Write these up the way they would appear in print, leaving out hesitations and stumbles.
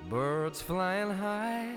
Birds flying high,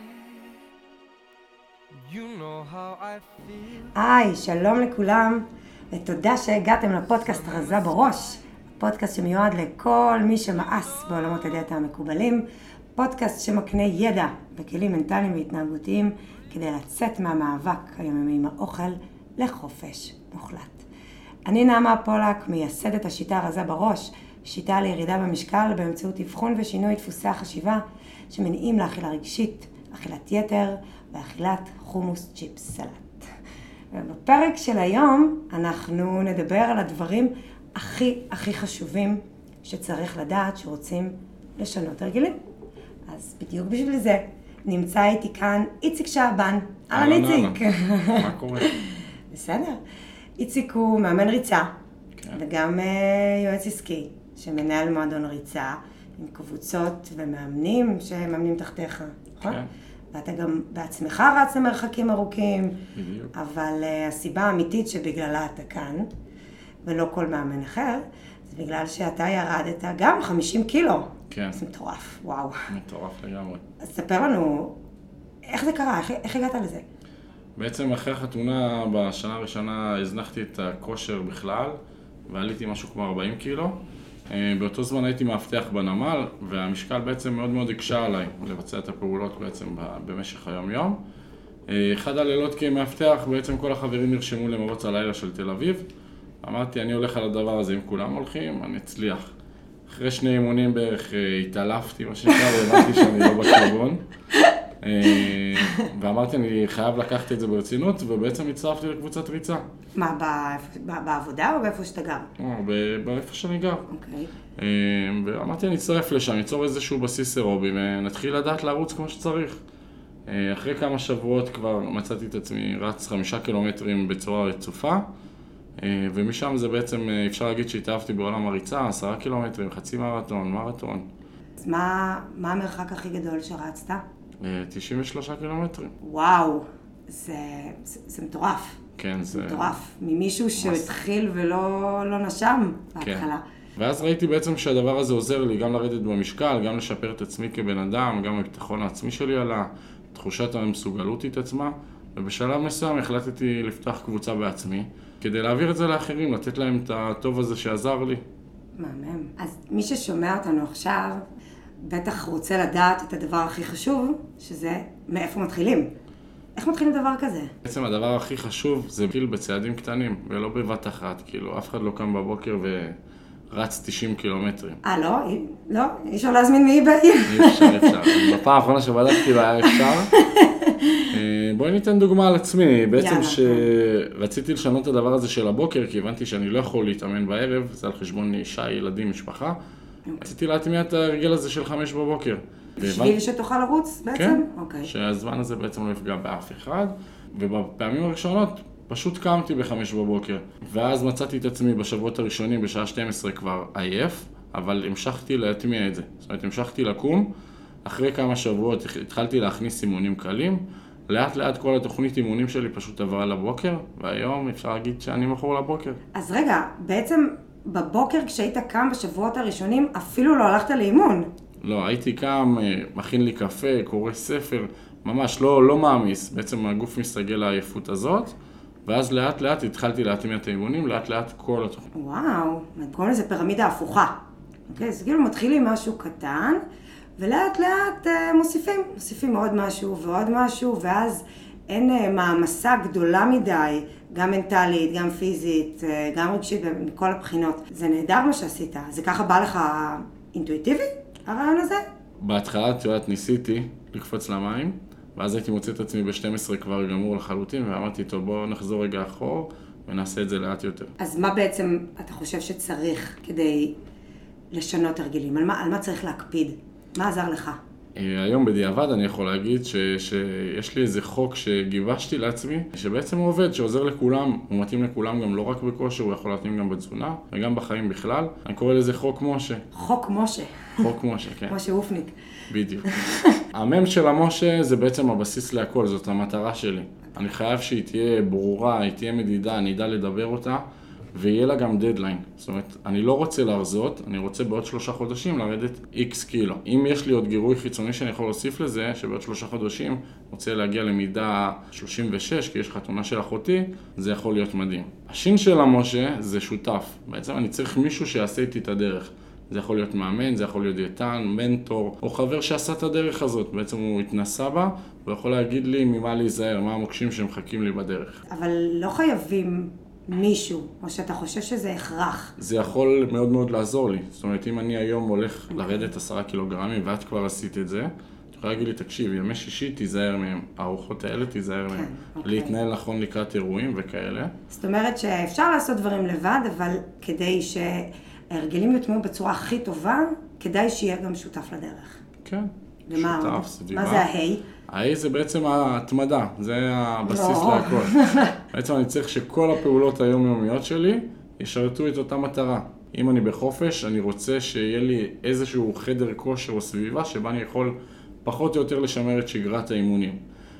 you know how I feel. היי, שלום לכולם, ותודה שהגעתם לפודקאסט רזה בראש. פודקאסט שמיועד לכל מי שמאס בעולמות הדיאטה המקובלים. פודקאסט שמקנה ידע וכלים מנטליים והתנהגותיים כדי לצאת מהמאבק היומיומי עם האוכל לחופש מוחלט. אני נעמה פולק, מייסדת השיטה רזה בראש, שיטה לירידה במשקל באמצעות אבחון ושינוי דפוסי החשיבה שמניעים לאכילה רגשית, אכילת יתר ואכילת חומוס צ'יפס סלט. ובפרק של היום אנחנו נדבר על הדברים הכי חשובים שצריך לדעת שרוצים לשנות הרגלים. אז בדיוק בשביל זה נמצא איתי כאן איציק שעבן. אהלן איציק. מה קורה? בסדר. איציק הוא מאמן ריצה, כן. וגם יועץ עסקי שמנהל מועדון ריצה עם קבוצות ומאמנים שמאמנים תחתיך, נכון? כן. ואתה גם בעצמך רץ למרחקים ארוכים, בדיוק. אבל הסיבה האמיתית שבגללה אתה כאן, ולא כל מאמן אחר, זה בגלל שאתה ירדת גם 50 קילו. כן. זה מטורף, וואו. מטורף לגמרי. אז ספר לנו, איך זה קרה? איך הגעת לזה? בעצם אחרי החתונה, בשנה הראשונה הזנחתי את הכושר בכלל, ועליתי משהו כמו 40 קילו. באותו זמן הייתי מאבטח בנמל, והמשקל בעצם מאוד מאוד הקשה עליי לבצע את הפעולות בעצם במשך היום-יום. אחד הלילות כמאבטח, בעצם כל החברים נרשמו למרוץ הלילה של תל אביב. אמרתי, אני הולך על הדבר הזה, אם כולם הולכים, אני אצליח. אחרי 2 אימונים בערך התעלפתי, מה שנקרא, והבנתי שאני לא בכיוון. ואמרתי, אני חייב לקחת את זה ברצינות, ובעצם הצטרפתי לקבוצת ריצה. מה, בעבודה או באיפה שאתה גר? באיפה שאני גר. אוקיי. ואמרתי, אני אצטרף לשם, ניצור איזשהו בסיס אירובי, ונתחיל לדעת לרוץ כמו שצריך. אחרי כמה שבועות כבר מצאתי את עצמי רץ 5 קילומטרים בצורה רצופה, ומשם זה בעצם, אפשר להגיד שהתאהבתי בעולם הריצה, 10 קילומטרים, חצי מרתון. אז מה המרחק הכי גדול שרצת? 93 קילומטרים. וואו, זה מטורף. כן, זה מטורף. ממישהו שהתחיל ולא נשם בהתחלה. ואז ראיתי בעצם שהדבר הזה עוזר לי גם לרדת במשקל, גם לשפר את עצמי כבן אדם, גם הביטחון העצמי שלי עלה, תחושת המסוגלות את עצמה, ובשלב מסוים החלטתי לפתוח קבוצה בעצמי, כדי להעביר את זה לאחרים, לתת להם את הטוב הזה שעזר לי. מהמם. אז מי ששומע אותנו עכשיו, בטח רוצה לדעת את הדבר הכי חשוב, שזה מאיפה מתחילים. איך מתחילים דבר כזה? בעצם הדבר הכי חשוב זה להתחיל בצעדים קטנים, ולא בבת אחת, כאילו אף אחד לא קם בבוקר ורץ 90 קילומטרים. לא, אי אפשר להזמין מאי-ביי. אי אפשר. בפעם האחרונה שבדקתי והיה אפשר. בואי ניתן דוגמה על עצמי, בעצם שרציתי לשנות את הדבר הזה של הבוקר, כי הבנתי שאני לא יכול להתאמן בערב, זה על חשבון אישה, ילדים, משפחה. רציתי להטמיע את הרגל הזה של 5 בבוקר. בשביל שתוכל לרוץ בעצם? כן, אוקיי. שהזמן הזה בעצם לא יפגע באף אחד, ובפעמים הראשונות פשוט קמתי ב5 בבוקר, ואז מצאתי את עצמי בשבועות הראשונים בשעה 12 כבר עייף, אבל המשכתי להטמיע את זה. זאת אומרת, המשכתי לקום, אחרי כמה שבועות התחלתי להכניס אימונים קלים, לאט לאט כל התוכנית אימונים שלי פשוט עברה לבוקר, והיום אפשר להגיד שאני מכור לבוקר. אז רגע, בעצם בבוקר כשהיית קם בשבועות הראשונים אפילו לא הלכת לאימון. לא, הייתי קם, מכין לי קפה, קורא ספר, ממש לא מאמיס, בעצם הגוף מסתגל לעייפות הזאת, ואז לאט לאט התחלתי להטמיע את האימונים, לאט לאט כל התוכנית. וואו, קוראים לזה פירמידה הפוכה. אוקיי, אז כאילו מתחילים משהו קטן, ולאט לאט מוסיפים עוד משהו ועוד משהו, ואז אין מעמסה גדולה מדי, גם מנטלית, גם פיזית, גם רגשית, מכל הבחינות. זה נהדר מה שעשית. זה ככה בא לך אינטואיטיבי, הרעיון הזה? בהתחלה, ניסיתי לקפוץ למים, ואז הייתי מוצא את עצמי ב-12 כבר גמור לחלוטין, ואמרתי, טוב, בואו נחזור רגע אחור, ונעשה את זה לאט יותר. אז מה בעצם אתה חושב שצריך כדי לשנות הרגלים? על מה צריך להקפיד? מה עזר לך? היום בדיעבד אני יכול להגיד שיש לי איזה חוק שגיבשתי לעצמי, שבעצם הוא עובד, שעוזר לכולם, הוא מתאים לכולם גם לא רק בכושר, הוא יכול להתאים גם בתזונה וגם בחיים בכלל. אני קורא לזה חוק משה. חוק משה. חוק משה, כן. משה אופניק. בדיוק. המם של המשה זה בעצם הבסיס להכל, זאת המטרה שלי. אני חייב שהיא תהיה ברורה, היא תהיה מדידה, אני אדע לדבר אותה, ויהיה לה גם דדליין. זאת אומרת, אני לא רוצה להרזות, אני רוצה בעוד 3 חודשים לרדת X קילו. אם יש לי עוד גירוי חיצוני שאני יכול להוסיף לזה, שבעוד 3 חודשים רוצה להגיע למידה 36, כי יש חתונה של אחותי, זה יכול להיות מדהים. השין של המשה זה שותף. בעצם אני צריך מישהו שיעשה איתי את הדרך. זה יכול להיות מאמן, זה יכול להיות דיאטן, מנטור, או חבר שעשה את הדרך הזאת. בעצם הוא התנסה בה, והוא יכול להגיד לי ממה להיזהר, מה המוקשים שמחכים לי בדרך. אבל לא חייבים מישהו, או שאתה חושב שזה הכרח. זה יכול מאוד מאוד לעזור לי. זאת אומרת, אם אני היום הולך לרדת 10 קילוגרמים, ואת כבר עשית את זה, את יכולה להגיד לי, תקשיב, ימי שישי תיזהר מהם, הארוחות האלה תיזהר מהם. להתנהל נכון לקראת אירועים וכאלה. זאת אומרת שאפשר לעשות דברים לבד, אבל כדי שההרגלים יוטמעו בצורה הכי טובה, כדאי שיהיה גם שותף לדרך. כן. שותף, סביבה. מה זה ההי? ההי זה בעצם ההתמדה, זה הבסיס להכל. בעצם אני צריך שכל הפעולות היומיומיות שלי ישרתו את אותה מטרה. אם אני בחופש, אני רוצה שיהיה לי איזשהו חדר כושר או סביבה שבה אני יכול פחות או יותר לשמר את שגרת האימונים.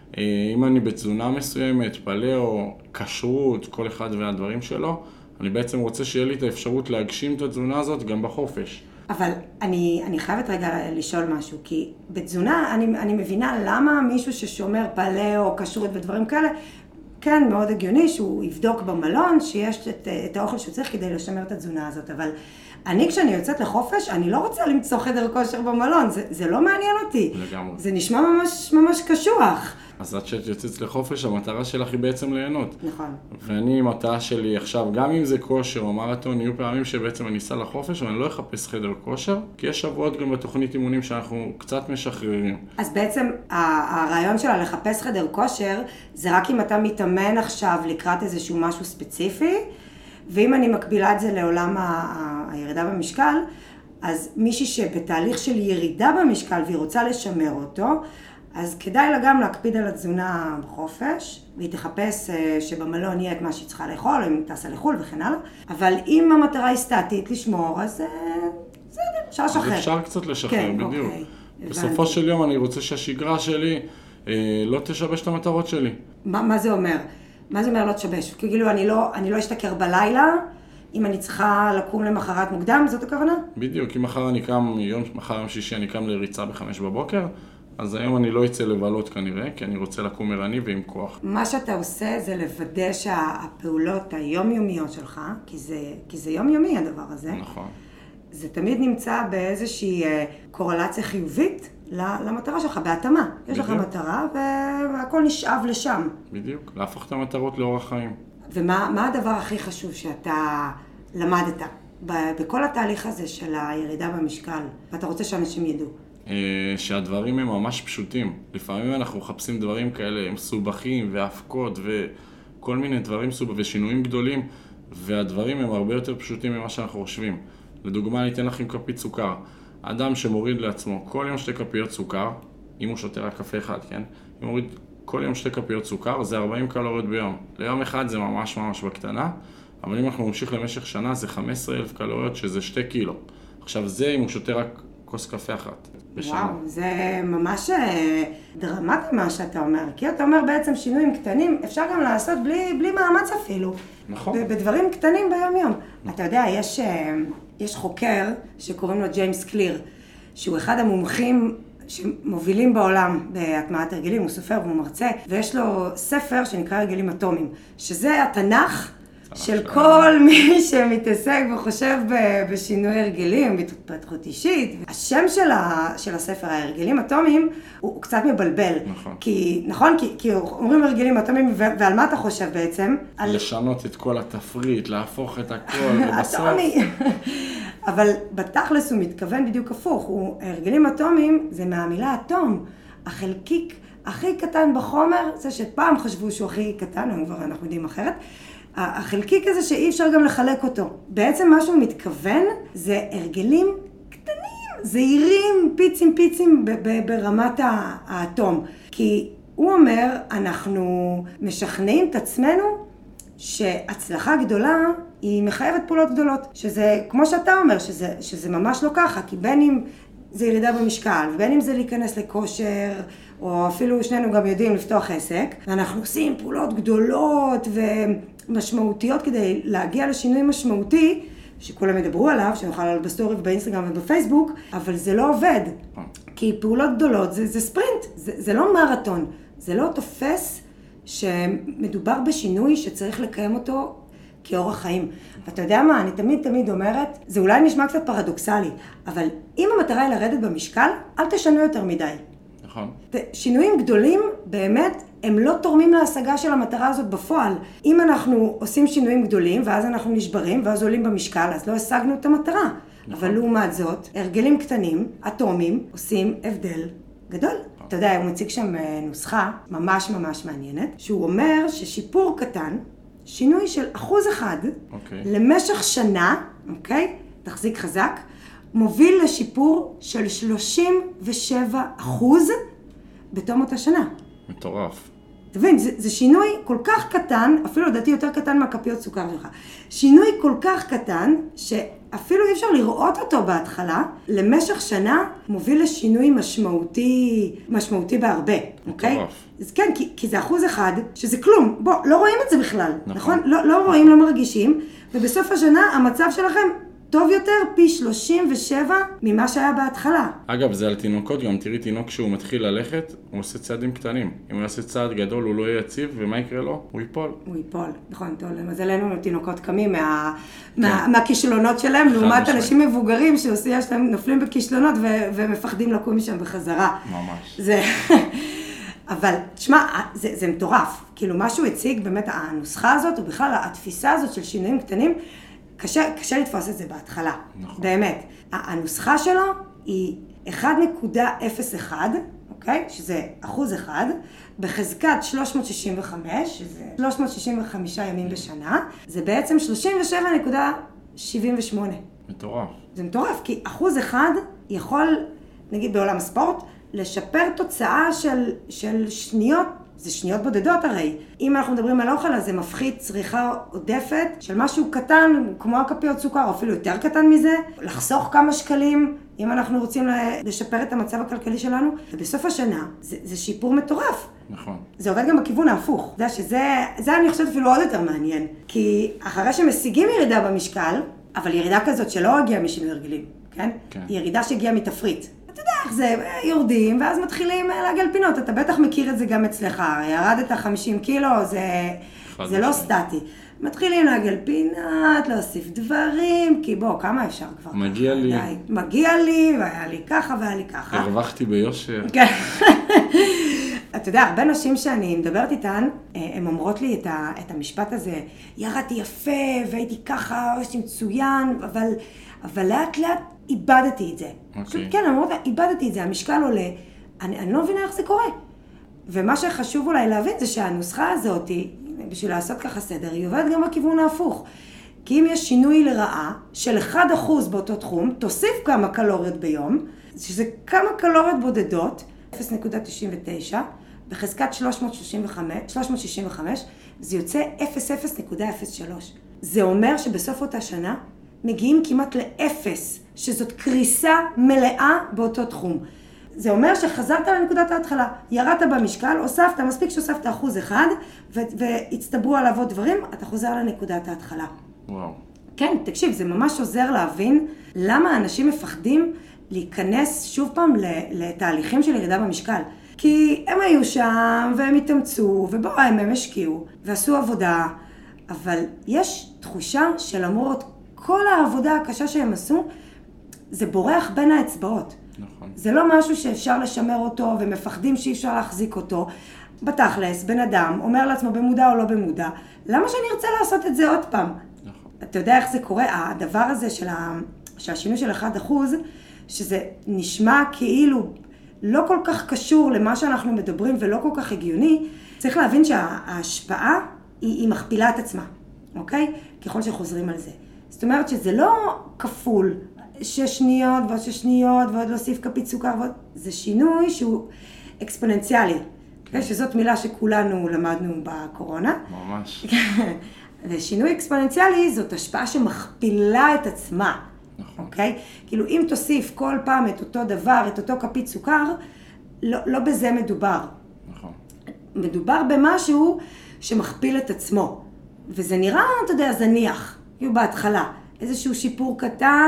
אם אני בתזונה מסוימת, פלאו, כשרות, כל אחד והדברים שלו, אני בעצם רוצה שיהיה לי את האפשרות להגשים את התזונה הזאת גם בחופש. אבל אני חייבת רגע לשאול משהו, כי בתזונה אני מבינה למה מישהו ששומר פלאו, כשרות ודברים כאלה, כן, מאוד הגיוני שהוא יבדוק במלון שיש את האוכל שצריך כדי לשמר את התזונה הזאת, אבל אני כשאני יוצאת לחופש, אני לא רוצה למצוא חדר כושר במלון, זה לא מעניין אותי. לגמרי. זה נשמע ממש קשוח. אז עד שאת יוצאת לחופש, המטרה שלך היא בעצם ליהנות. נכון. ואני, המטרה שלי עכשיו, גם אם זה כושר או מרתון, יהיו פעמים שבעצם אני אסע לחופש, ואני לא אחפש חדר כושר, כי יש שבועות גם בתוכנית אימונים שאנחנו קצת משחררים. אז בעצם הרעיון שלה לחפש חדר כושר, זה רק אם אתה מתאמן עכשיו לקראת איזשהו משהו ספציפי, ואם אני מקבילה את זה לעולם הירידה במשקל, אז מישהי שבתהליך של ירידה במשקל והיא רוצה לשמר אותו, אז כדאי לה גם להקפיד על התזונה בחופש, והיא תחפש שבמלון יהיה את מה שהיא צריכה לאכול, או אם טסה לחול וכן הלאה. אבל אם המטרה היא סטטית לשמור, אז זה אפשר לשחרר. אז אפשר קצת לשחרר, כן, בדיוק. אוקיי, בסופו של יום אני רוצה שהשגרה שלי לא תשבש את המטרות שלי. מה זה אומר? מה זה אומר לא תשבש? כאילו אני לא אשתכר בלילה, אם אני צריכה לקום למחרת מוקדם, זאת הכוונה? בדיוק, אם מחר יום שישי אני קם לריצה ב5 בבוקר, אז היום אני לא אצא לבלות כנראה, כי אני רוצה לקום ערני ועם כוח. מה שאתה עושה זה לוודא שהפעולות היומיומיות שלך, כי זה יומיומי הדבר הזה, נכון. זה תמיד נמצא באיזושהי קורלציה חיובית למטרה שלך, בהתאמה. יש לך מטרה והכל נשאב לשם. בדיוק, להפוך את המטרות לאורח חיים. ומה הדבר הכי חשוב שאתה למדת בכל התהליך הזה של הירידה במשקל, ואתה רוצה שאנשים ידעו? שהדברים הם ממש פשוטים. לפעמים אנחנו מחפשים דברים כאלה מסובכים והפקות וכל מיני דברים ושינויים גדולים, והדברים הם הרבה יותר פשוטים ממה שאנחנו חושבים. לדוגמה, אני אתן לכם כפית סוכר. אדם שמוריד לעצמו כל יום 2 כפיות סוכר, אם הוא שותה רק קפה אחד, כן? אם מוריד כל יום 2 כפיות סוכר, זה 40 קלוריות ביום. ליום אחד זה ממש בקטנה, אבל אם אנחנו נמשיך למשך שנה, זה 15,000 קלוריות, שזה 2 קילו. עכשיו זה אם הוא שותה רק כוס קפה אחת בשנה. וואו, זה ממש דרמטי מה שאתה אומר, כי אתה אומר בעצם שינויים קטנים, אפשר גם לעשות בלי מאמץ אפילו. נכון. בדברים קטנים ביום יום. אתה יודע, יש חוקר שקוראים לו ג'יימס קליר, שהוא אחד המומחים שמובילים בעולם בהטמעת הרגלים, הוא סופר והוא מרצה, ויש לו ספר שנקרא הרגלים אטומיים, שזה התנ"ך של כל מי שמתעסק וחושב בשינוי הרגלים, בהתפתחות אישית. השם של הספר, ההרגלים אטומיים, הוא קצת מבלבל. נכון. כי אומרים הרגלים אטומיים, ועל מה אתה חושב בעצם? לשנות את כל התפריט, להפוך את הכל, ובסוף... אטומי. אבל בתכלס הוא מתכוון בדיוק הפוך. הרגלים אטומיים זה מהמילה אטום. החלקיק הכי קטן בחומר, זה שפעם חשבו שהוא הכי קטן, אנחנו יודעים אחרת. החלקיק הזה שאי אפשר גם לחלק אותו. בעצם מה שהוא מתכוון זה הרגלים קטנים, זהירים, פיצים ברמת האטום. כי הוא אומר, אנחנו משכנעים את עצמנו שהצלחה גדולה היא מחייבת פעולות גדולות. שזה, כמו שאתה אומר, שזה ממש לא ככה, כי בין אם זה ירידה במשקל, ובין אם זה להיכנס לכושר, או אפילו שנינו גם יודעים לפתוח עסק, ואנחנו עושים פעולות גדולות משמעותיות כדי להגיע לשינוי משמעותי, שכולם ידברו עליו, שנוכל לעלות בסטורי ובאינסטגרם ובפייסבוק, אבל זה לא עובד. כי פעולות גדולות זה ספרינט, זה לא מרתון, זה לא תופס שמדובר בשינוי שצריך לקיים אותו כאורח חיים. ואתה יודע מה, אני תמיד אומרת, זה אולי נשמע קצת פרדוקסלי, אבל אם המטרה היא לרדת במשקל, אל תשנו יותר מדי. נכון. שינויים גדולים באמת הם לא תורמים להשגה של המטרה הזאת בפועל. אם אנחנו עושים שינויים גדולים ואז אנחנו נשברים ואז עולים במשקל, אז לא השגנו את המטרה. אבל לעומת זאת, הרגלים קטנים, אטומיים, עושים הבדל גדול. אתה יודע, הוא מציג שם נוסחה ממש מעניינת, שהוא אומר ששיפור קטן, שינוי של 1% למשך שנה, אוקיי? תחזיק חזק, מוביל לשיפור של 37% בתום אותה שנה. מטורף. תבין, זה שינוי כל כך קטן, אפילו לדעתי יותר קטן מהכפיות סוכר שלך. שינוי כל כך קטן, שאפילו אי אפשר לראות אותו בהתחלה, למשך שנה מוביל לשינוי משמעותי בהרבה. אוקיי? אז כן, כי זה 1%, שזה כלום. בוא, לא רואים את זה בכלל, נכון? לא רואים, לא מרגישים, ובסוף השנה המצב שלכם טוב יותר פי 37 ממה שהיה בהתחלה. אגב, זה על תינוקות, גם תראי תינוק שהוא מתחיל ללכת, הוא עושה צעדים קטנים. אם הוא יעשה צעד גדול, הוא לא יהיה יציב, ומה יקרה לו? הוא ייפול. הוא ייפול, נכון, טוב, למזלנו תינוקות קמים מהכישלונות שלהם, לעומת אנשים מבוגרים שהם נופלים בכישלונות ומפחדים לקום משם בחזרה. ממש. אבל, תשמע, זה מטורף. כאילו, מה שהוא הציג, באמת, הנוסחה הזאת, או בכלל התפיסה הזאת של שינויים קטנים, קשה לתפוס את זה בהתחלה, נכון. באמת. הנוסחה שלו היא 1.01, אוקיי? שזה 1%, בחזקת 365, שזה 365 ימים בשנה, זה בעצם 37.78. מטורף. זה מטורף, כי 1% יכול, נגיד בעולם הספורט, לשפר תוצאה של שניות, זה שניות בודדות הרי. אם אנחנו מדברים על אוכל, אז זה מפחית צריכה עודפת של משהו קטן, כמו הכפיות סוכר, או אפילו יותר קטן מזה, לחסוך כמה שקלים, אם אנחנו רוצים לשפר את המצב הכלכלי שלנו, ובסוף השנה זה שיפור מטורף. נכון. זה עובד גם בכיוון ההפוך. אתה יודע שזה אני חושבת אפילו עוד יותר מעניין, כי אחרי שמשיגים ירידה במשקל, אבל ירידה כזאת שלא הגיעה משינוי הרגלים, כן? כן. ירידה שהגיעה מתפריט. אתה יודע איך זה, יורדים, ואז מתחילים לעגל פינות. אתה בטח מכיר את זה גם אצלך. ירדת 50 קילו, זה לא סטטי. מתחילים לעגל פינות, להוסיף דברים, כי בוא, כמה אפשר כבר? מגיע לי. מגיע לי, והיה לי ככה, והיה לי ככה. הרווחתי ביושר. כן. אתה יודע, הרבה נשים שאני מדברת איתן, הן אומרות לי את המשפט הזה, ירדתי יפה, והייתי ככה, הייתי מצוין, אבל לאט לאט איבדתי את זה. כן, אני אומרת, איבדתי את זה, המשקל עולה, אני לא מבינה איך זה קורה. ומה שחשוב אולי להבין זה שהנוסחה הזאת, בשביל לעשות ככה סדר, היא עובדת גם בכיוון ההפוך. כי אם יש שינוי לרעה של 1% באותו תחום, תוסיף כמה קלוריות ביום, שזה כמה קלוריות בודדות, 0.99, בחזקת 365, זה יוצא 0.03. זה אומר שבסוף אותה שנה מגיעים כמעט לאפס, שזאת קריסה מלאה באותו תחום. זה אומר שחזרת לנקודת ההתחלה, ירדת במשקל, הוספת, מספיק שהוספת 1%, והצטברו עליו עוד דברים, אתה חוזר לנקודת ההתחלה. וואו. כן, תקשיב, זה ממש עוזר להבין למה אנשים מפחדים להיכנס שוב פעם לתהליכים של ירידה במשקל. כי הם היו שם, והם התאמצו, ובואו הם השקיעו, ועשו עבודה, אבל יש תחושה שלמרות כל העבודה הקשה שהם עשו, זה בורח בין האצבעות. נכון. זה לא משהו שאפשר לשמר אותו, ומפחדים שאי אפשר להחזיק אותו. בתכלס, בן אדם אומר לעצמו במודע או לא במודע, למה שאני ארצה לעשות את זה עוד פעם? נכון. אתה יודע איך זה קורה? הדבר הזה שהשינוי של 1%, שזה נשמע כאילו לא כל כך קשור למה שאנחנו מדברים ולא כל כך הגיוני, צריך להבין שההשפעה היא מכפילה את עצמה, אוקיי? ככל שחוזרים על זה. זאת אומרת שזה לא כפול, 6 שניות ועוד 6 שניות ועוד להוסיף כפית סוכר ועוד, זה שינוי שהוא אקספוננציאלי, okay. שזאת מילה שכולנו למדנו בקורונה. ממש. ושינוי אקספוננציאלי זאת השפעה שמכפילה את עצמה. נכון. אוקיי? כאילו אם תוסיף כל פעם את אותו דבר, את אותו כפית סוכר, לא בזה מדובר. נכון. מדובר במשהו שמכפיל את עצמו. וזה נראה, אתה יודע, זניח, כאילו בהתחלה. איזשהו שיפור קטן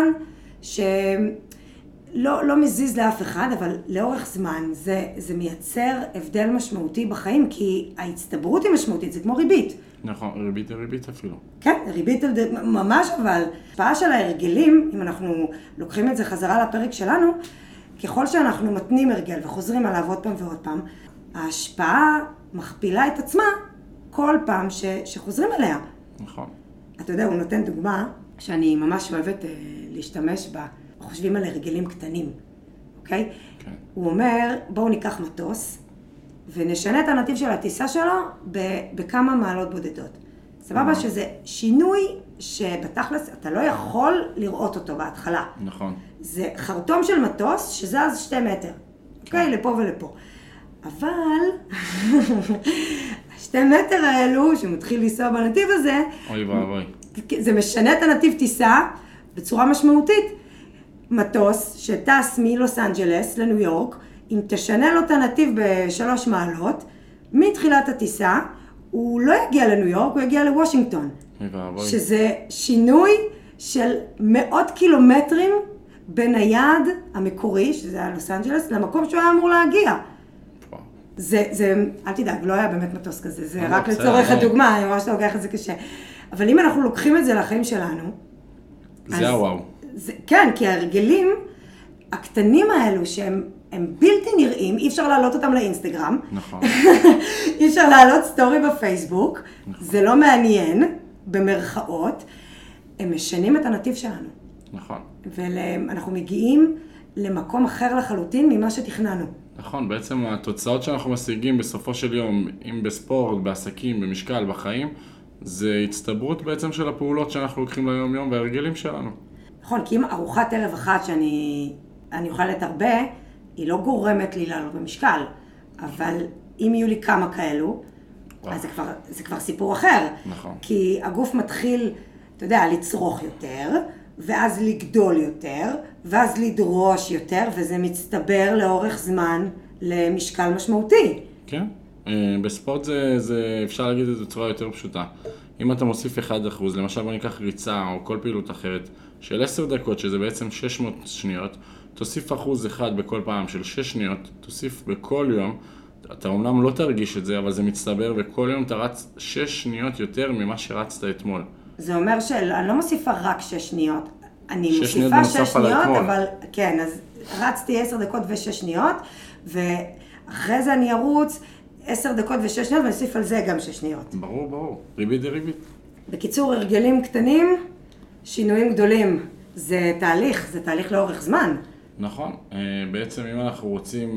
שלא מזיז לאף אחד, אבל לאורך זמן זה מייצר הבדל משמעותי בחיים, כי ההצטברות היא משמעותית, זה כמו ריבית. נכון, ריבית אפילו. כן, ריבית ממש, אבל ההשפעה של ההרגלים, אם אנחנו לוקחים את זה חזרה לפרק שלנו, ככל שאנחנו מתנים הרגל וחוזרים עליו עוד פעם ועוד פעם, ההשפעה מכפילה את עצמה כל פעם שחוזרים אליה. נכון. אתה יודע, הוא נותן דוגמה שאני ממש אוהבת להשתמש בה, חושבים על הרגלים קטנים, אוקיי? כן. הוא אומר, בואו ניקח מטוס ונשנה את הנתיב של הטיסה שלו בכמה מעלות בודדות. סבבה שזה שינוי שבתכלס אתה לא יכול לראות אותו בהתחלה. נכון. זה חרטום של מטוס שזז 2 מטר, אוקיי? לפה ולפה. אבל 2 מטר האלו שמתחיל לנסוע בנתיב הזה, אוי ואבוי. זה משנה את הנתיב טיסה בצורה משמעותית. מטוס שטס מלוס אנג'לס לניו יורק, אם תשנה לו את הנתיב ב3 מעלות, מתחילת הטיסה, הוא לא יגיע לניו יורק, הוא יגיע לוושינגטון. שזה שינוי של מאות קילומטרים בין היעד המקורי, שזה היה לוס אנג'לס, למקום שהוא היה אמור להגיע. אל תדאג, לא היה באמת מטוס כזה, זה רק לצורך הדוגמה, אני ממש לוקח את זה קשה. אבל אם אנחנו לוקחים את זה לחיים שלנו... זה הוואו. כן, כי ההרגלים הקטנים האלו שהם בלתי נראים, אי אפשר להעלות אותם לאינסטגרם. נכון. אי אפשר להעלות סטורי בפייסבוק, זה לא מעניין, במרכאות, הם משנים את הנתיב שלנו. נכון. ואנחנו מגיעים למקום אחר לחלוטין ממה שתכננו. נכון, בעצם התוצאות שאנחנו משיגים בסופו של יום, אם בספורט, בעסקים, במשקל, בחיים, זה הצטברות בעצם של הפעולות שאנחנו לוקחים ליום יום וההרגלים שלנו. נכון, כי אם ארוחת ערב אחת שאני אוכלת הרבה, היא לא גורמת לי לעלות במשקל, אבל אם יהיו לי כמה כאלו, אז זה כבר סיפור אחר. נכון. כי הגוף מתחיל, אתה יודע, לצרוך יותר, ואז לגדול יותר, ואז לדרוש יותר, וזה מצטבר לאורך זמן למשקל משמעותי. כן. בספורט זה אפשר להגיד את זה בצורה יותר פשוטה. אם אתה מוסיף 1%, למשל בוא ניקח ריצה או כל פעילות אחרת של 10 דקות, שזה בעצם 600 שניות, תוסיף 1% בכל פעם של 6 שניות, תוסיף בכל יום, אתה אומנם לא תרגיש את זה, אבל זה מצטבר, וכל יום אתה רץ 6 שניות יותר ממה שרצת אתמול. זה אומר שאני לא מוסיפה רק 6 שניות, אני מוסיפה 6 שניות, אבל כן, אז רצתי 10 דקות ו6 שניות, ואחרי זה אני ארוץ 10 דקות ו6 שניות, ואני אוסיף על זה גם 6 שניות. ברור, ריבית דריבית. בקיצור, הרגלים קטנים, שינויים גדולים, זה תהליך לאורך זמן. נכון, בעצם אם אנחנו רוצים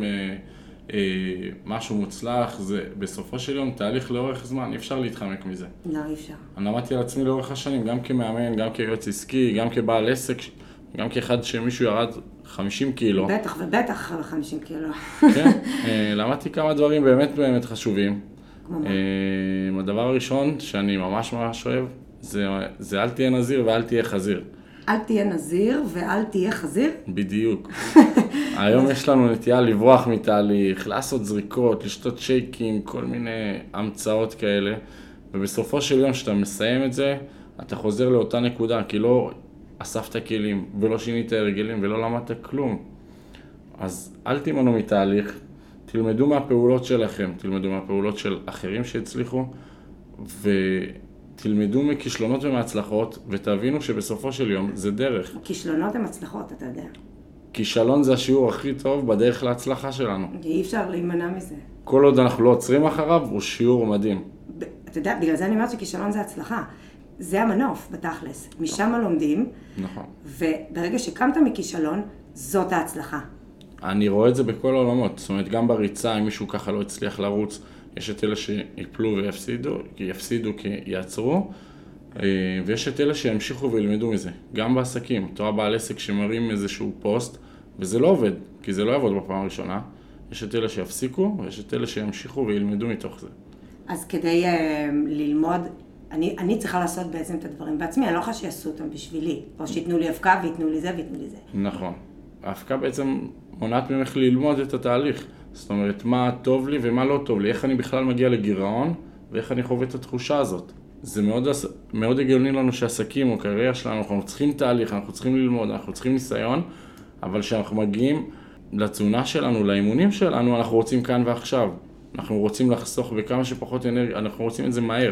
משהו מוצלח, זה בסופו של יום תהליך לאורך זמן, אי אפשר להתחמק מזה. לא, אי אפשר. אני למדתי על עצמי לאורך השנים, גם כמאמן, גם כיועץ עסקי, גם כבעל עסק, גם כאחד שמישהו ירד 50 קילו. בטח 50 קילו. כן, למדתי כמה דברים באמת חשובים. הדבר הראשון שאני ממש אוהב, זה אל תהיה נזיר ואל תהיה חזיר. אל תהיה נזיר ואל תהיה חזיר? בדיוק. היום יש לנו נטייה לברוח מתהליך, לעשות זריקות, לשתות שייקים, כל מיני המצאות כאלה. ובסופו של יום שאתה מסיים את זה, אתה חוזר לאותה נקודה, כי לא אספת כלים ולא שינית הרגלים ולא למדת כלום. אז אל תימנו מתהליך, תלמדו מהפעולות שלכם, תלמדו מהפעולות של אחרים שהצליחו, תלמדו מכישלונות ומהצלחות, ותבינו שבסופו של יום זה דרך. כישלונות הם הצלחות, אתה יודע. כישלון זה השיעור הכי טוב בדרך להצלחה שלנו. אי אפשר להימנע מזה. כל עוד אנחנו לא עוצרים אחריו, הוא שיעור מדהים. אתה יודע, בגלל זה אני אומרת שכישלון זה הצלחה. זה המנוף בתכלס. משם לומדים. נכון. וברגע שקמת מכישלון, זאת ההצלחה. אני רואה את זה בכל העולמות. זאת אומרת, גם בריצה, אם מישהו ככה לא הצליח לרוץ, יש את אלה שיפלו ויפסידו כי יעצרו, ויש את אלה שימשיכו וילמדו מזה. גם בעסקים, תראה בעל עסק שמרים איזשהו פוסט, וזה לא עובד, כי זה לא יעבוד בפעם הראשונה. יש את אלה שיפסיקו, ויש את אלה שימשיכו וילמדו מתוך זה. אז כדי ללמוד, אני צריכה לעשות בעצם את הדברים בעצמי, אני לא יכולה שיעשו אותם בשבילי, או שיתנו לי אבקה ויתנו לי זה ויתנו לי זה. נכון. האבקה בעצם מונעת ממך ללמוד את התהליך. זאת אומרת, מה טוב לי ומה לא טוב לי, איך אני בכלל מגיע לגירעון, ואיך אני חווה את התחושה הזאת. זה מאוד הגיוני לנו שעסקים או קריירה שלנו, אנחנו צריכים תהליך, אנחנו צריכים ללמוד, אנחנו צריכים ניסיון, אבל כשאנחנו מגיעים לתזונה שלנו, לאימונים שלנו, אנחנו רוצים כאן ועכשיו. אנחנו רוצים לחסוך בכמה שפחות אנרגיה, אנחנו רוצים את זה מהר.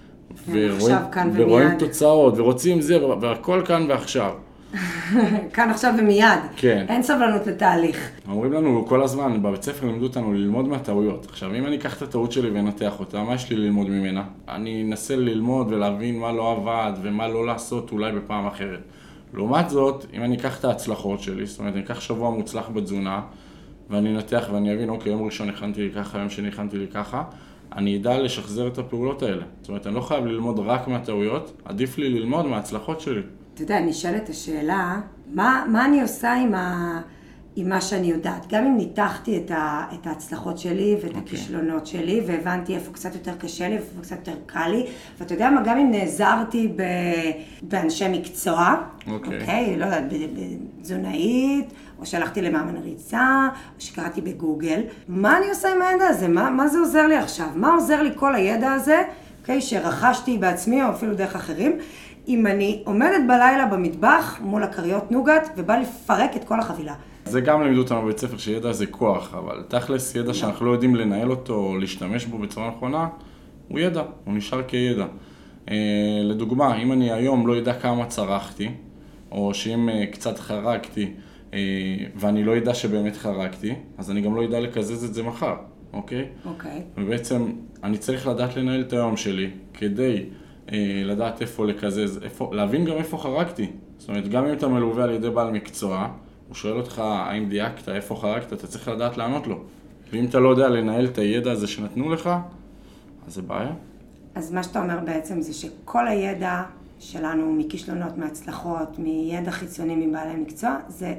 ורואים תוצאות, ורוצים זה, והכל כאן ועכשיו. כאן עכשיו ומיד. כן. אין סבלנות לתהליך. אומרים לנו כל הזמן, בבית ספר לימדו אותנו ללמוד מהטעויות. עכשיו, אם אני אקח את הטעות שלי ואנתח אותה, מה יש לי ללמוד ממנה? אני אנסה ללמוד ולהבין מה לא עבד ומה לא לעשות אולי בפעם אחרת. לעומת זאת, אם אני אקח את ההצלחות שלי, זאת אומרת, אני אקח שבוע מוצלח בתזונה, ואני אנתח ואני אבין, אוקיי, יום ראשון הכנתי לי ככה, יום שני הכנתי לי ככה, אני אדע לשחזר את הפעולות האלה. זאת אומרת, אני לא חייב ללמוד רק מהטעויות, עדיף לי ללמוד מההצלחות שלי. אתה יודע, אני אשאלת השאלה, מה אני עושה עם מה שאני יודעת? גם אם ניתחתי את ההצלחות שלי ואת הכישלונות שלי, והבנתי איפה קצת יותר קשה לי ואיפה קצת יותר קל לי, ואתה יודע מה, גם אם נעזרתי באנשי מקצוע, אוקיי, לא יודעת, בתזונאית, או שהלכתי למאמן ריצה, או שקראתי בגוגל, מה אני עושה עם הידע הזה? מה זה עוזר לי עכשיו? מה עוזר לי כל הידע הזה, אוקיי, שרכשתי בעצמי או אפילו דרך אחרים, אם אני עומדת בלילה במטבח מול הקריות נוגת ובא לפרק את כל החבילה. זה גם לימדו אותנו בבית ספר שידע זה כוח, אבל תכלס ידע שאנחנו לא יודעים לנהל אותו או להשתמש בו בצורה נכונה, הוא ידע, הוא נשאר כידע. לדוגמה, אם אני היום לא יודע כמה צרכתי, או שאם קצת חרקתי ואני לא יודע שבאמת חרקתי, אז אני גם לא יודע לקזז את זה מחר, אוקיי? אוקיי. ובעצם אני צריך לדעת לנהל את היום שלי כדי לדעת איפה לקזז, להבין גם איפה חרקתי. זאת אומרת, גם אם אתה מלווה על ידי בעל מקצוע, הוא שואל אותך האם דייקת, איפה חרקת, אתה צריך לדעת לענות לו. ואם אתה לא יודע לנהל את הידע הזה שנתנו לך, אז זה בעיה. אז מה שאתה אומר בעצם זה שכל הידע שלנו מכישלונות, מהצלחות, מידע חיצוני מבעלי מקצוע,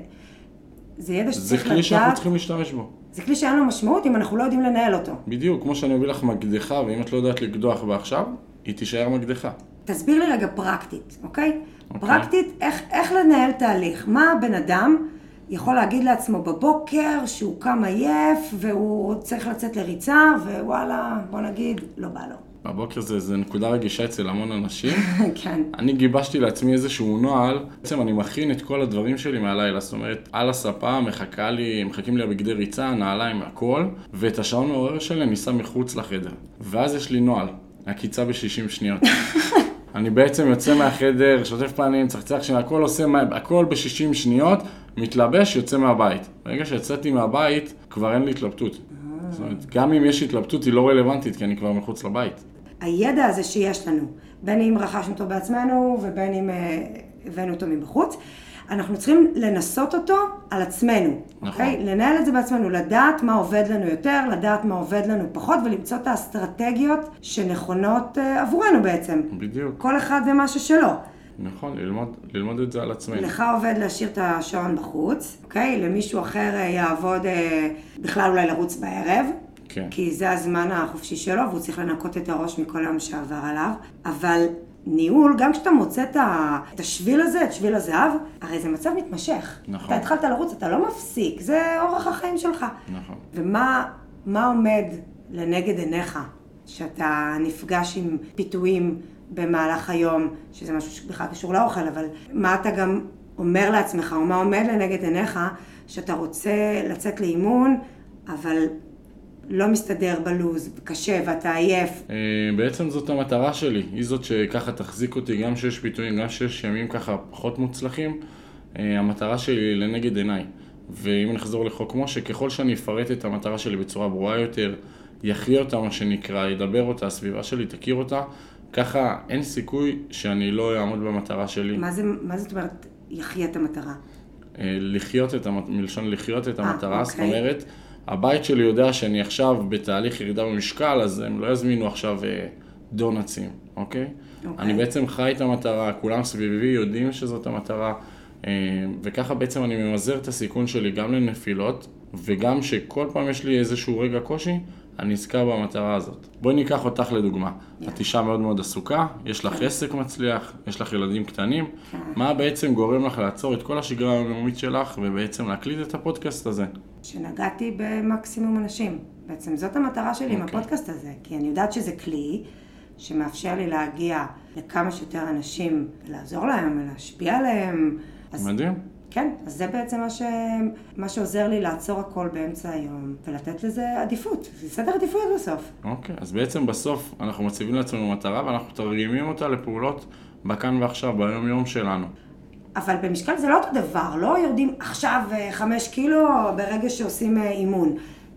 זה ידע שצריך לדעת... זה כלי שאנחנו צריכים להשתמש בו. זה כלי שאין לו משמעות אם אנחנו לא יודעים לנהל אותו. בדיוק, כמו שאני מביא לך מקדחה, ואם את לא יודעת לקדוח בה עכשיו, היא תישאר מקדחה. תסביר לי רגע פרקטית, אוקיי? פרקטית, איך לנהל תהליך? מה הבן אדם יכול להגיד לעצמו בבוקר שהוא קם עייף והוא צריך לצאת לריצה ווואלה, בוא נגיד, לא בא לו. בבוקר זה נקודה רגישה אצל המון אנשים. כן. אני גיבשתי לעצמי איזשהו נוהל, בעצם אני מכין את כל הדברים שלי מהלילה, זאת אומרת, על הספה מחכים לי הבגדי ריצה, נעליים, הכל, ואת השעון מעורר שלי אני שם מחוץ לחדר. ואז יש לי נוהל, הקיצה ב-60 שניות. אני בעצם יוצא מהחדר, שוטף פנים, צחצח שני, הכל ב-60 שניות, מתלבש, יוצא מהבית. ברגע שיצאתי מהבית, כבר אין לי התלבטות. זאת אומרת, גם אם יש התלבטות, היא לא רלוונטית, כי אני כבר מחוץ לבית. הידע הזה שיש לנו, בין אם רכשנו אותו בעצמנו ובין אם הבאנו אותו מבחוץ, אנחנו צריכים לנסות אותו על עצמנו, אוקיי? לנהל את זה בעצמנו, לדעת מה עובד לנו יותר, לדעת מה עובד לנו פחות, ולמצוא את האסטרטגיות שנכונות עבורנו בעצם. בדיוק. כל אחד ומשהו שלו. נכון, ללמוד את זה על עצמנו. לך עובד להשאיר את השעון בחוץ, אוקיי? למישהו אחר יעבוד בכלל אולי לרוץ בערב. כן. כי זה הזמן החופשי שלו, והוא צריך לנקות את הראש מכל יום שעבר עליו. אבל ניהול, גם כשאתה מוצא את השביל הזה, את שביל הזהב, הרי זה מצב מתמשך. נכון. אתה התחלת לרוץ, אתה לא מפסיק, זה אורח החיים שלך. נכון. ומה עומד לנגד עיניך, שאתה נפגש עם פיתויים במהלך היום, שזה משהו שבכלל קשור לאוכל, אבל מה אתה גם אומר לעצמך, או מה עומד לנגד עיניך, שאתה רוצה לצאת לאימון, אבל לא מסתדר בלוז, קשה ואתה עייף. בעצם זאת המטרה שלי, היא זאת שככה תחזיק אותי, גם שיש פיתויים, גם שיש ימים ככה פחות מוצלחים, המטרה שלי לנגד עיניי. ואם נחזור לחוק משה, ככל שאני אפרט את המטרה שלי בצורה ברורה יותר, יחיה אותה מה שנקרא, ידבר אותה, הסביבה שלי תכיר אותה, ככה אין סיכוי שאני לא אעמוד במטרה שלי. מה זאת אומרת יחיה את המטרה? מלשון לחיות את המטרה, זאת אומרת, הבית שלי יודע שאני עכשיו בתהליך ירידה במשקל, אז הם לא יזמינו עכשיו דונצים, אוקיי? אני בעצם חי את המטרה, כולם סביבי יודעים שזאת המטרה, וככה בעצם אני ממזער את הסיכון שלי גם לנפילות, וגם שכל פעם יש לי איזשהו רגע קושי, אני אזכר במטרה הזאת. בואי ניקח אותך לדוגמה. את אישה מאוד מאוד עסוקה, יש לך עסק מצליח, יש לך ילדים קטנים. מה בעצם גורם לך לעצור את כל השגרה היומיומית שלך, ובעצם להקליט את הפודקאסט הזה? שנגעתי במקסימום אנשים. בעצם זאת המטרה שלי עם הפודקאסט הזה, כי אני יודעת שזה כלי, שמאפשר לי להגיע לכמה שיותר אנשים, ולעזור להם, ולהשפיע עליהם. מדהים. כן, אז זה בעצם מה שעוזר לי לעצור הכל באמצע היום, ולתת לזה עדיפות, זה סדר עדיפויות בסוף. אוקיי, אז בעצם בסוף אנחנו מציבים לעצמנו מטרה, ואנחנו תרגמים אותה לפעולות בכאן ועכשיו, ביום יום שלנו. אבל במשקל זה לא אותו דבר, לא יורדים עכשיו 5 קילו ברגע שעושים אימון.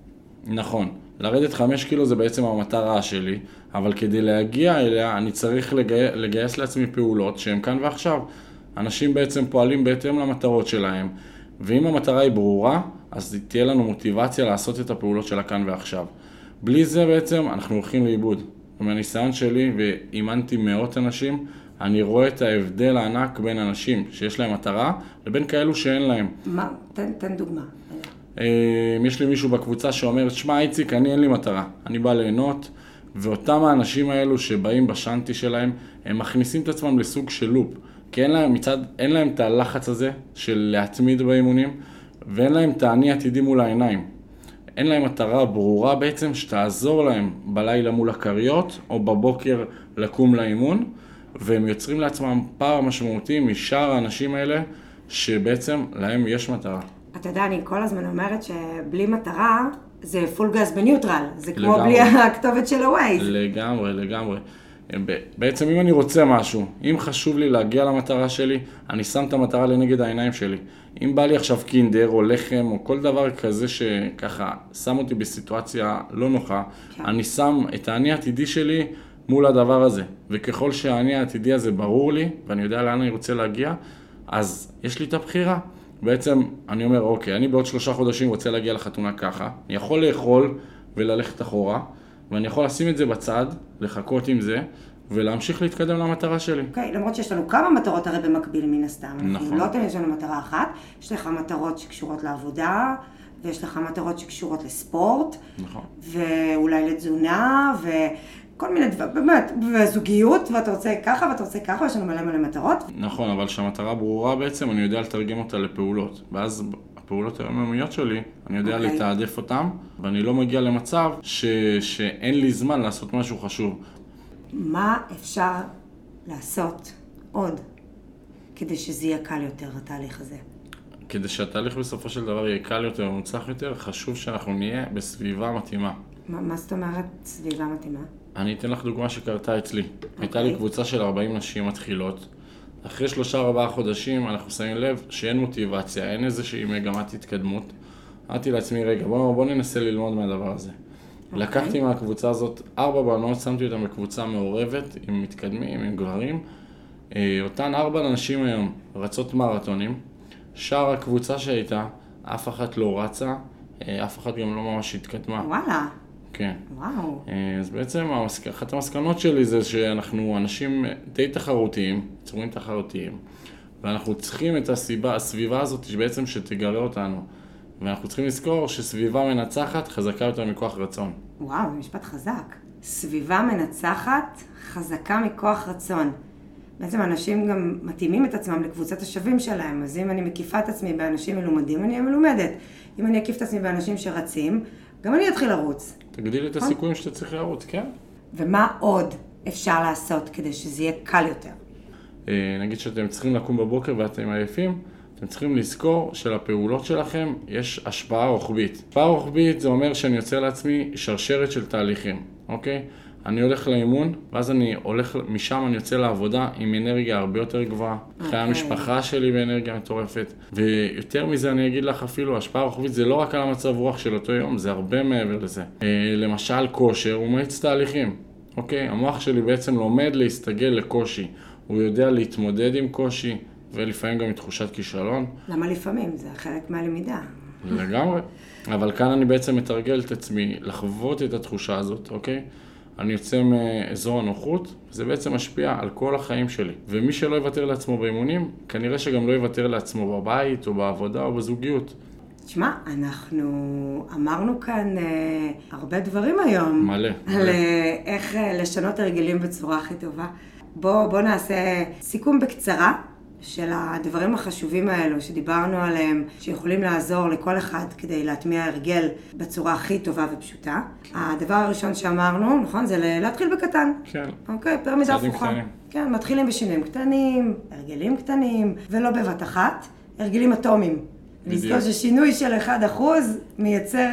נכון, לרדת 5 קילו זה בעצם המטרה שלי, אבל כדי להגיע אליה אני צריך לגייס לעצמי פעולות שהן כאן ועכשיו. אנשים בעצם פועלים בהתאם למטרות שלהם, ואם המטרה היא ברורה, אז תהיה לנו מוטיבציה לעשות את הפעולות של הכאן ועכשיו. בלי זה בעצם אנחנו הולכים לאיבוד. ומהניסיון שלי, ואימנתי מאות אנשים, אני רואה את ההבדל הענק בין אנשים שיש להם מטרה, לבין כאלו שאין להם. מה? תן דוגמה. יש לי מישהו בקבוצה שאומר, שמע איציק, אין לי מטרה, אני בא ליהנות, ואותם האנשים האלו שבאים בשנטי שלהם, הם מכניסים את עצמם לסוג של לופ. כי אין להם את הלחץ הזה של להתמיד באימונים, ואין להם את העני עתידי מול העיניים. אין להם מטרה ברורה בעצם שתעזור להם בלילה מול הקריות, או בבוקר לקום לאימון, והם יוצרים לעצמם פער משמעותי משאר האנשים האלה, שבעצם להם יש מטרה. אתה יודע, אני כל הזמן אומרת שבלי מטרה זה פול גז בניוטרל, זה כמו לגמרי. בלי הכתובת של הווייז. לגמרי. בעצם אם אני רוצה משהו, אם חשוב לי להגיע למטרה שלי, אני שם את המטרה לנגד העיניים שלי. אם בא לי עכשיו קינדר או לחם או כל דבר כזה שככה שם אותי בסיטואציה לא נוחה, כן. אני שם את העני העתידי שלי מול הדבר הזה. וככל שהעני העתידי הזה ברור לי, ואני יודע לאן אני רוצה להגיע, אז יש לי את הבחירה. בעצם אני אומר, אוקיי, אני בעוד 3 חודשים רוצה להגיע לחתונה ככה, אני יכול לאכול וללכת אחורה, ואני יכול לשים את זה בצד, לחכות עם זה, ולהמשיך להתקדם למטרה שלי. אוקיי, למרות שיש לנו כמה מטרות הרי במקביל מן הסתם. נכון. לא תמיד יש לנו מטרה אחת, יש לך מטרות שקשורות לעבודה, ויש לך מטרות שקשורות לספורט, נכון. ואולי לתזונה, וכל מיני דברים, באמת, וזוגיות, ואתה רוצה ככה ואתה רוצה ככה, יש לנו מלא מטרות. נכון, אבל שהמטרה ברורה בעצם, אני יודע לתרגם אותה לפעולות. ואז הפעולות היומיומיות שלי, אני יודע אוקיי. לתעדף אותם, ואני לא מגיע למצב שאין לי זמן לעשות משהו חשוב. מה אפשר לעשות עוד כדי שזה יהיה קל יותר, התהליך הזה? כדי שהתהליך בסופו של דבר יהיה קל יותר ומוצלח יותר, חשוב שאנחנו נהיה בסביבה מתאימה. מה זאת אומרת סביבה מתאימה? אני אתן לך דוגמה שקרתה אצלי. הייתה לי קבוצה של 40 נשים מתחילות. אחרי 3-4 חודשים אנחנו שמים לב שאין מוטיבציה, אין איזושהי מגמת התקדמות. אמרתי לעצמי, רגע, בוא ננסה ללמוד מהדבר הזה. לקחתי מהקבוצה הזאת 4 בנות, שמתי אותן בקבוצה מעורבת, עם מתקדמים, עם גברים. אותן 4 נשים היום רצות מרתונים. שאר הקבוצה שהייתה, אף אחת לא רצה, אף אחת גם לא ממש התקדמה. וואלה. כן. וואו. אז בעצם אחת המסקנות שלי זה שאנחנו אנשים די תחרותיים, יצורים תחרותיים, ואנחנו צריכים את הסביבה הזאת שבעצם שתגרה אותנו. ואנחנו צריכים לזכור שסביבה מנצחת חזקה יותר מכוח רצון. וואו, זה משפט חזק. סביבה מנצחת חזקה מכוח רצון. בעצם אנשים גם מתאימים את עצמם לקבוצת השווים שלהם, אז אם אני מקיפה את עצמי באנשים מלומדים, אני אהיה מלומדת. אם אני אקיף את עצמי באנשים שרצים, גם אני אתחיל לרוץ. תגדיל את הסיכויים שאתה צריך לרוץ, כן? ומה עוד אפשר לעשות כדי שזה יהיה קל יותר? נגיד שאתם צריכים לקום בבוקר ואתם עייפים, אתם צריכים לזכור שלפעולות שלכם יש השפעה רוחבית. השפעה רוחבית זה אומר שאני יוצר לעצמי שרשרת של תהליכים, אוקיי? אני הולך לאימון, ואז משם אני יוצא לעבודה עם אנרגיה הרבה יותר גבוהה. חיי המשפחה שלי באנרגיה מטורפת. ויותר מזה אני אגיד לך אפילו, השפעה רוחבית זה לא רק על המצב רוח של אותו יום, זה הרבה מעבר לזה. למשל כושר, הוא מאיץ תהליכים, אוקיי? המוח שלי בעצם לומד להסתגל לקושי. הוא יודע להתמודד עם קושי, ולפעמים גם עם תחושת כישלון. למה לפעמים? זה חלק מהלמידה. לגמרי. אבל כאן אני בעצם מתרגל את עצמי לחוות את התחושה הזאת, אוקיי? אני יוצא מאזור הנוחות, זה בעצם משפיע על כל החיים שלי. ומי שלא יוותר לעצמו באימונים, כנראה שגם לא יוותר לעצמו בבית, או בעבודה, או בזוגיות. תשמע, אנחנו אמרנו כאן הרבה דברים היום. מלא. על איך לשנות הרגלים בצורה הכי טובה. בוא נעשה סיכום בקצרה, של הדברים החשובים האלו שדיברנו עליהם, שיכולים לעזור לכל אחד כדי להטמיע הרגל בצורה הכי טובה ופשוטה. הדבר הראשון שאמרנו, נכון, זה להתחיל בקטן. כן. אוקיי, פירמידה הפוכה. צעדים קטנים. כן, מתחילים בשינויים קטנים, הרגלים קטנים, ולא בבת אחת, הרגלים אטומיים. לזכור ששינוי של 1% מייצר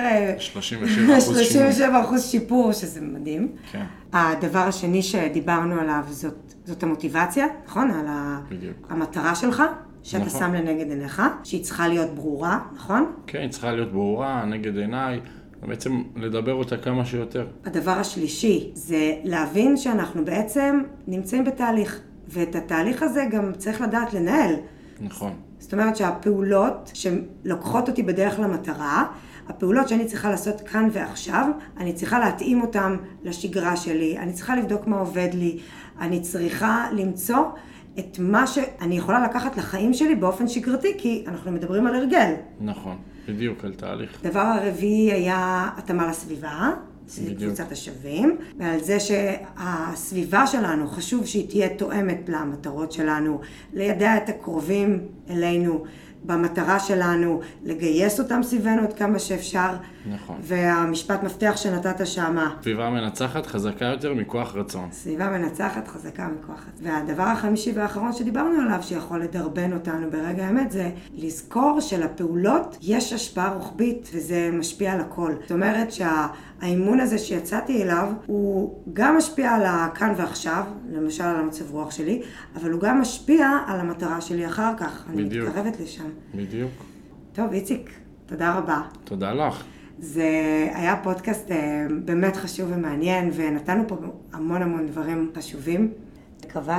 37% שיפור, שזה מדהים. כן. הדבר השני שדיברנו עליו זאת המוטיבציה, נכון? על המטרה שלך, שאתה שם לנגד עיניך, שהיא צריכה להיות ברורה, נכון? כן, היא צריכה להיות ברורה, נגד עיניי, ובעצם לדבר אותה כמה שיותר. הדבר השלישי זה להבין שאנחנו בעצם נמצאים בתהליך, ואת התהליך הזה גם צריך לדעת לנהל. נכון. זאת אומרת שהפעולות שלוקחות אותי בדרך למטרה, הפעולות שאני צריכה לעשות כאן ועכשיו, אני צריכה להתאים אותן לשגרה שלי, אני צריכה לבדוק מה עובד לי, אני צריכה למצוא את מה שאני יכולה לקחת לחיים שלי באופן שגרתי, כי אנחנו מדברים על הרגל. נכון, בדיוק, על תהליך. הדבר הרביעי היה התאמה לסביבה, קבוצת השווים, ועל זה שהסביבה שלנו חשוב שהיא תהיה תואמת למטרות שלנו, לידע את הקרובים אלינו במטרה שלנו, לגייס אותם סביבנו עוד כמה שאפשר. נכון. והמשפט מפתח שנתת שמה. סביבה מנצחת חזקה יותר מכוח רצון. סביבה מנצחת חזקה מכוח. והדבר החמישי והאחרון שדיברנו עליו, שיכול לדרבן אותנו ברגע האמת, זה לזכור שלפעולות יש השפעה רוחבית וזה משפיע על הכל. זאת אומרת שהאימון הזה שיצאתי אליו, הוא גם משפיע על הכאן ועכשיו, למשל על המצב רוח שלי, אבל הוא גם משפיע על המטרה שלי אחר כך. בדיוק. אני מתקרבת לשם. בדיוק. טוב, איציק, תודה רבה. תודה לך. זה היה פודקאסט באמת חשוב ומעניין, ונתנו פה המון דברים חשובים. מקווה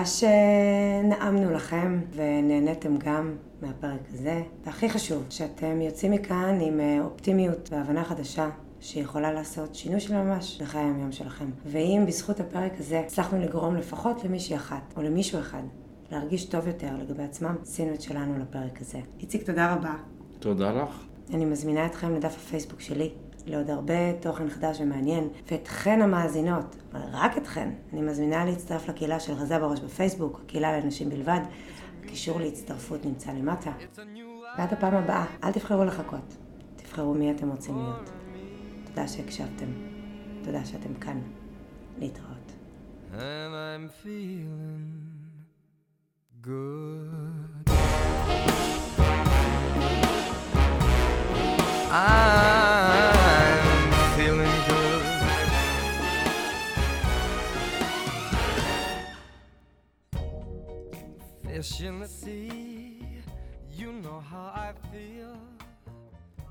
שנעמנו לכם ונהנתם גם מהפרק הזה. והכי חשוב, שאתם יוצאים מכאן עם אופטימיות והבנה חדשה, שיכולה לעשות שינוי של ממש בחיי היום שלכם. ואם בזכות הפרק הזה הצלחנו לגרום לפחות למישהי אחת, או למישהו אחד, להרגיש טוב יותר לגבי עצמם, עשינו את שלנו לפרק הזה. איציק, תודה רבה. תודה לך. אני מזמינה אתכם לדף הפייסבוק שלי, לעוד הרבה תוכן חדש ומעניין, ואתכן המאזינות, אבל רק אתכן, אני מזמינה להצטרף לקהילה של רזה בראש בפייסבוק, הקהילה לנשים בלבד. הקישור להצטרפות נמצא למטה. ועד הפעם הבאה, אל תבחרו לחכות, תבחרו מי אתם רוצים להיות. תודה שהקשבתם, תודה שאתם כאן. להתראות. And I'm feeling good. I'm feeling good. Fish in the sea, you know how I feel.